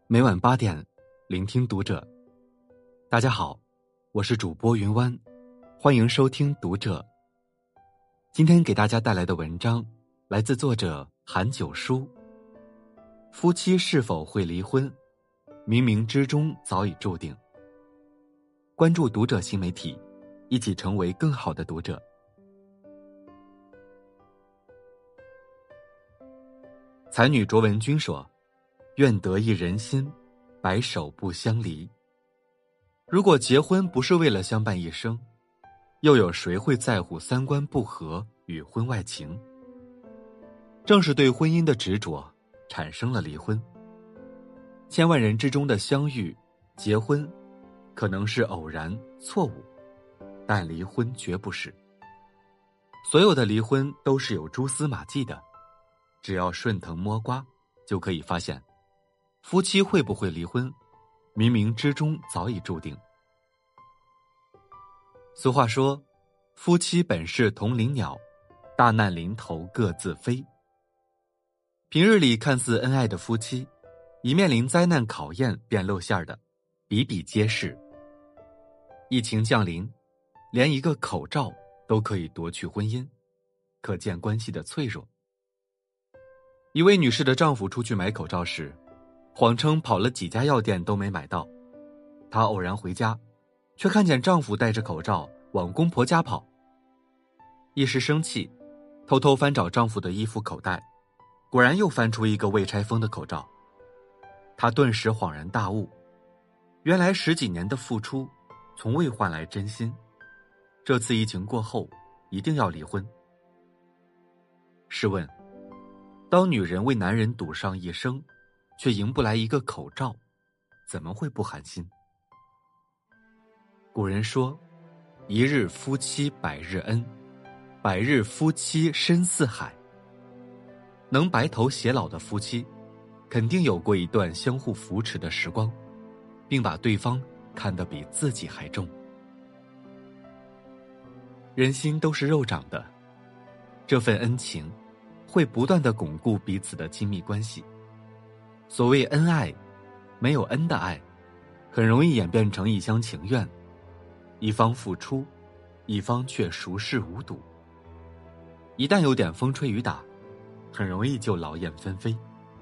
每晚8点，聆听读者。大家好，我是主播云湾，欢迎收听读者。今天给大家带来的文章来自作者韩九书。夫妻是否会离婚，冥冥之中早已注定。关注读者新媒体，一起成为更好的读者。才女卓文君说，愿得一人心，白首不相离。如果结婚不是为了相伴一生，又有谁会在乎三观不合与婚外情？正是对婚姻的执着，产生了离婚。千万人之中的相遇、结婚，可能是偶然、错误，但离婚绝不是。所有的离婚都是有蛛丝马迹的，只要顺藤摸瓜，就可以发现，夫妻会不会离婚，冥冥之中早已注定。俗话说，夫妻本是同林鸟，大难临头各自飞。平日里看似恩爱的夫妻，一面临灾难考验便露馅的比比皆是。疫情降临，连一个口罩都可以夺去婚姻，可见关系的脆弱。一位女士的丈夫出去买口罩时，谎称跑了几家药店都没买到。她偶然回家，却看见丈夫戴着口罩往公婆家跑。一时生气，偷偷翻找丈夫的衣服口袋，果然又翻出一个未拆封的口罩。她顿时恍然大悟，原来10几年的付出从未换来真心，这次疫情过后一定要离婚。试问，当女人为男人赌上一生，却赢不来一个口罩，怎么会不寒心？古人说，一日夫妻百日恩，百日夫妻深似海。能白头偕老的夫妻，肯定有过一段相互扶持的时光，并把对方看得比自己还重。人心都是肉长的，这份恩情会不断地巩固彼此的亲密关系。所谓恩爱，没有恩的爱，很容易演变成一厢情愿，一方付出，一方却熟视无睹。一旦有点风吹雨打，很容易就劳燕分飞。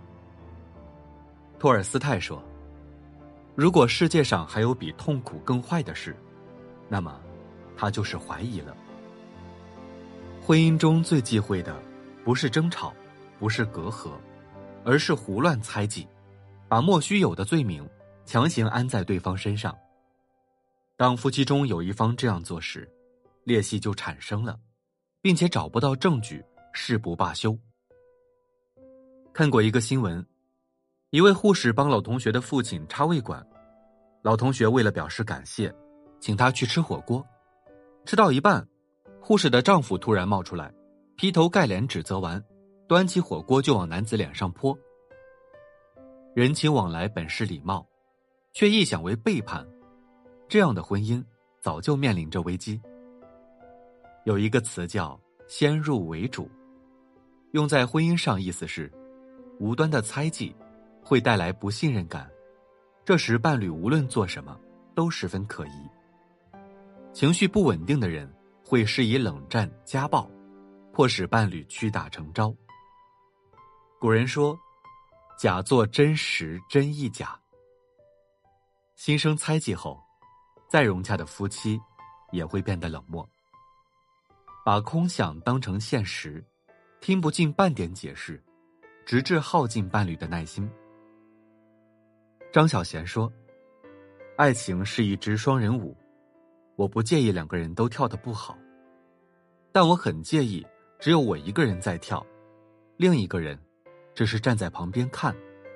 托尔斯泰说，如果世界上还有比痛苦更坏的事，那么它就是怀疑了。婚姻中最忌讳的不是争吵，不是隔阂，而是胡乱猜忌，把莫须有的罪名强行安在对方身上。当夫妻中有一方这样做时，裂隙就产生了，并且找不到证据，誓不罢休。看过一个新闻，一位护士帮老同学的父亲插胃管，老同学为了表示感谢，请他去吃火锅。吃到一半，护士的丈夫突然冒出来，劈头盖脸指责完，端起火锅就往男子脸上泼。人情往来本是礼貌，却一想为背叛，这样的婚姻早就面临着危机。有一个词叫先入为主，用在婚姻上意思是，无端的猜忌会带来不信任感，这时伴侣无论做什么都十分可疑。情绪不稳定的人会施以冷战、家暴，迫使伴侣屈打成招。古人说，假作真时真亦假。心生猜忌后，再融洽的夫妻也会变得冷漠。把空想当成现实，听不进半点解释，直至耗尽伴侣的耐心。张小娴说，爱情是一支双人舞，我不介意2个人都跳得不好，但我很介意只有我一个人在跳，另一个人只是站在旁边看。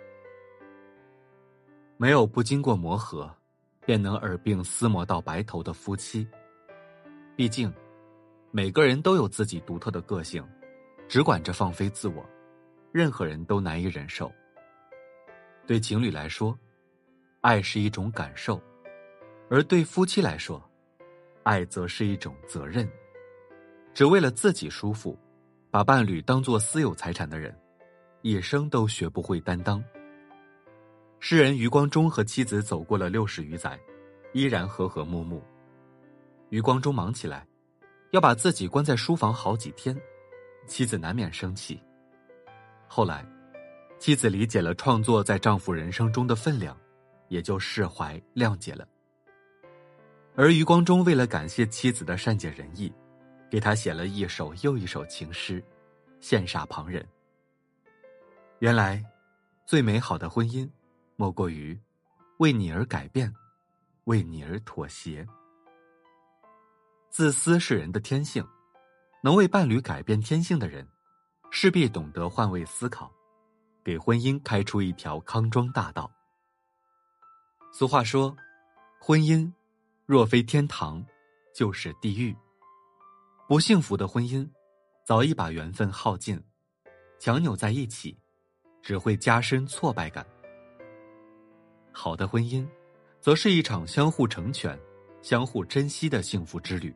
没有不经过磨合便能耳鬓厮磨到白头的夫妻，毕竟每个人都有自己独特的个性，只管着放飞自我，任何人都难以忍受。对情侣来说，爱是一种感受，而对夫妻来说，爱则是一种责任。只为了自己舒服，把伴侣当作私有财产的人，一生都学不会担当。 诗人余光中和妻子走过了60余载，依然和和睦睦。余光中忙起来，要把自己关在书房好几天，妻子难免生气。后来，妻子理解了创作在丈夫人生中的分量，也就释怀谅解了。而余光中为了感谢妻子的善解人意，给他写了一首又一首情诗，羡煞旁人。原来，最美好的婚姻，莫过于为你而改变，为你而妥协。自私是人的天性，能为伴侣改变天性的人，势必懂得换位思考，给婚姻开出一条康庄大道。俗话说，婚姻若非天堂，就是地狱。不幸福的婚姻，早已把缘分耗尽，强扭在一起，只会加深挫败感。好的婚姻，则是一场相互成全、相互珍惜的幸福之旅。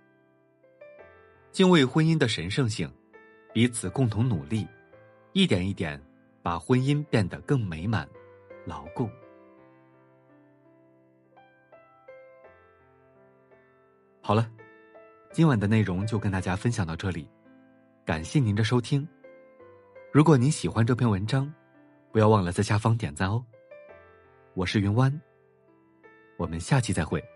敬畏婚姻的神圣性，彼此共同努力，一点一点把婚姻变得更美满、牢固。好了，今晚的内容就跟大家分享到这里，感谢您的收听。如果您喜欢这篇文章，不要忘了在下方点赞哦。我是云湾，我们下期再会。